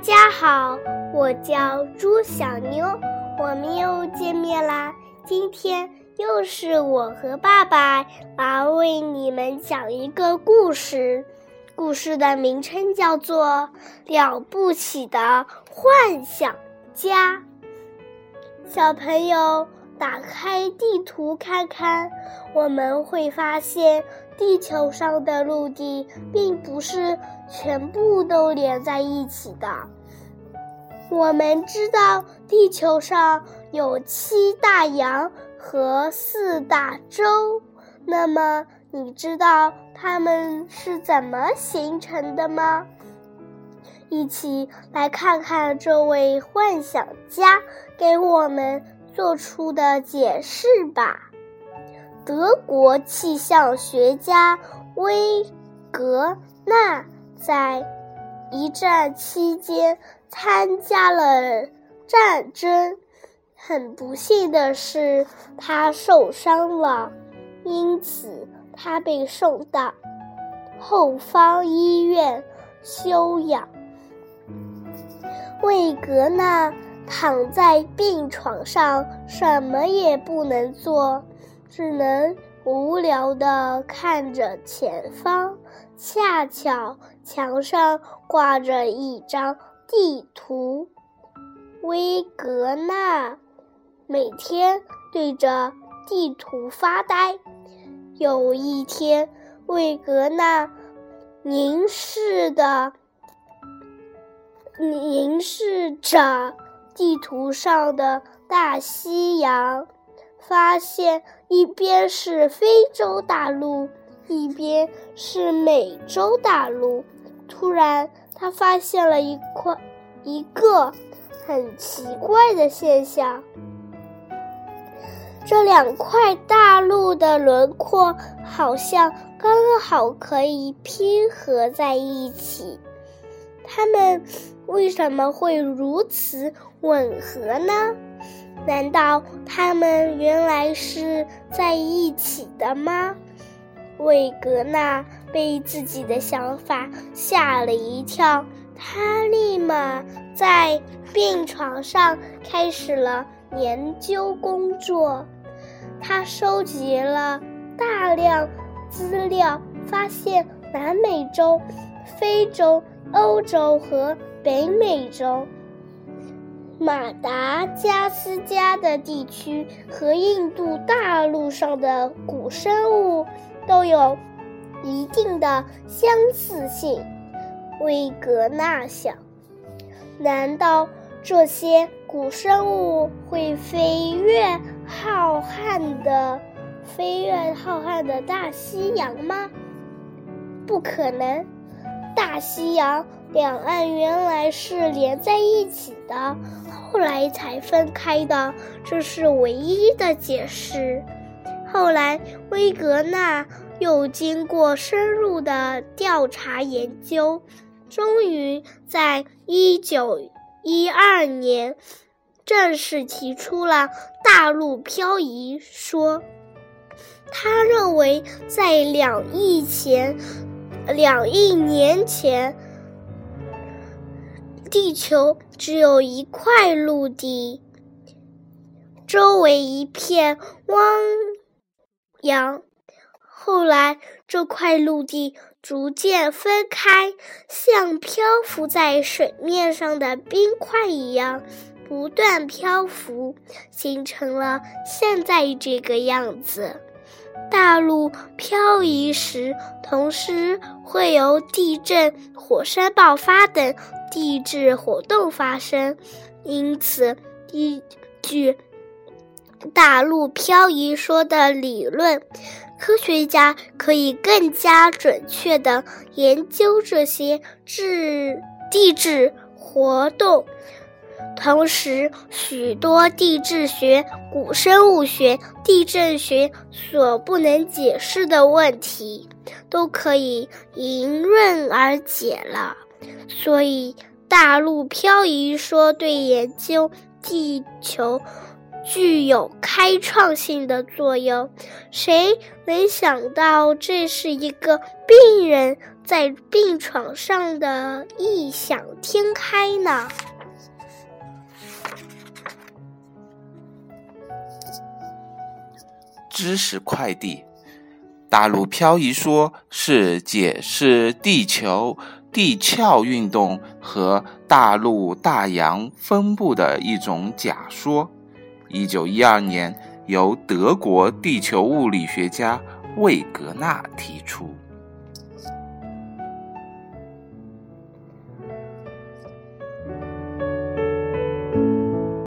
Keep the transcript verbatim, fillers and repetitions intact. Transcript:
家好，我叫朱小妞，我们又见面啦。今天又是我和爸爸来为你们讲一个故事，故事的名称叫做《了不起的幻想家》。小朋友，打开地图看看，我们会发现地球上的陆地并不是全部都连在一起的。我们知道地球上有七大洋和四大洲，那么你知道它们是怎么形成的吗？一起来看看这位幻想家给我们做出的解释吧。德国气象学家威格纳在一战期间参加了战争，很不幸的是他受伤了，因此他被送到后方医院休养。威格纳躺在病床上，什么也不能做，只能无聊地看着前方。恰巧墙上挂着一张地图，威格纳每天对着地图发呆。有一天，威格纳凝视的凝视着地图上的大西洋，发现一边是非洲大陆，一边是美洲大陆。突然，他发现了一块一个很奇怪的现象，这两块大陆的轮廓好像刚好可以拼合在一起。它们为什么会如此吻合呢？难道它们原来是在一起的吗？威格纳被自己的想法吓了一跳，他立马在病床上开始了研究工作。他收集了大量资料，发现南美洲、非洲、欧洲和北美洲、马达加斯加的地区和印度大陆上的古生物都有一定的相似性。威格纳想，难道这些古生物会飞越浩瀚的飞越浩瀚的大西洋吗？不可能，大西洋两岸原来是连在一起的，后来才分开的，这是唯一的解释。后来威格纳又经过深入的调查研究，终于在一九一二年正式提出了大陆漂移说。他认为在两亿前两亿年前，地球只有一块陆地，周围一片汪洋。后来这块陆地逐渐分开，像漂浮在水面上的冰块一样不断漂浮，形成了现在这个样子。大陆漂移时，同时会有地震、火山爆发等地质活动发生，因此依据大陆漂移说的理论，科学家可以更加准确地研究这些质地质活动。同时，许多地质学、古生物学、地震学所不能解释的问题，都可以迎刃而解了。所以，大陆漂移说对研究地球具有开创性的作用。谁能想到这是一个病人在病床上的异想天开呢？ 知识快递，大陆漂移说是解释地球地壳运动和大陆大洋分布的一种假说。一九一二年由德国地球物理学家魏格纳提出。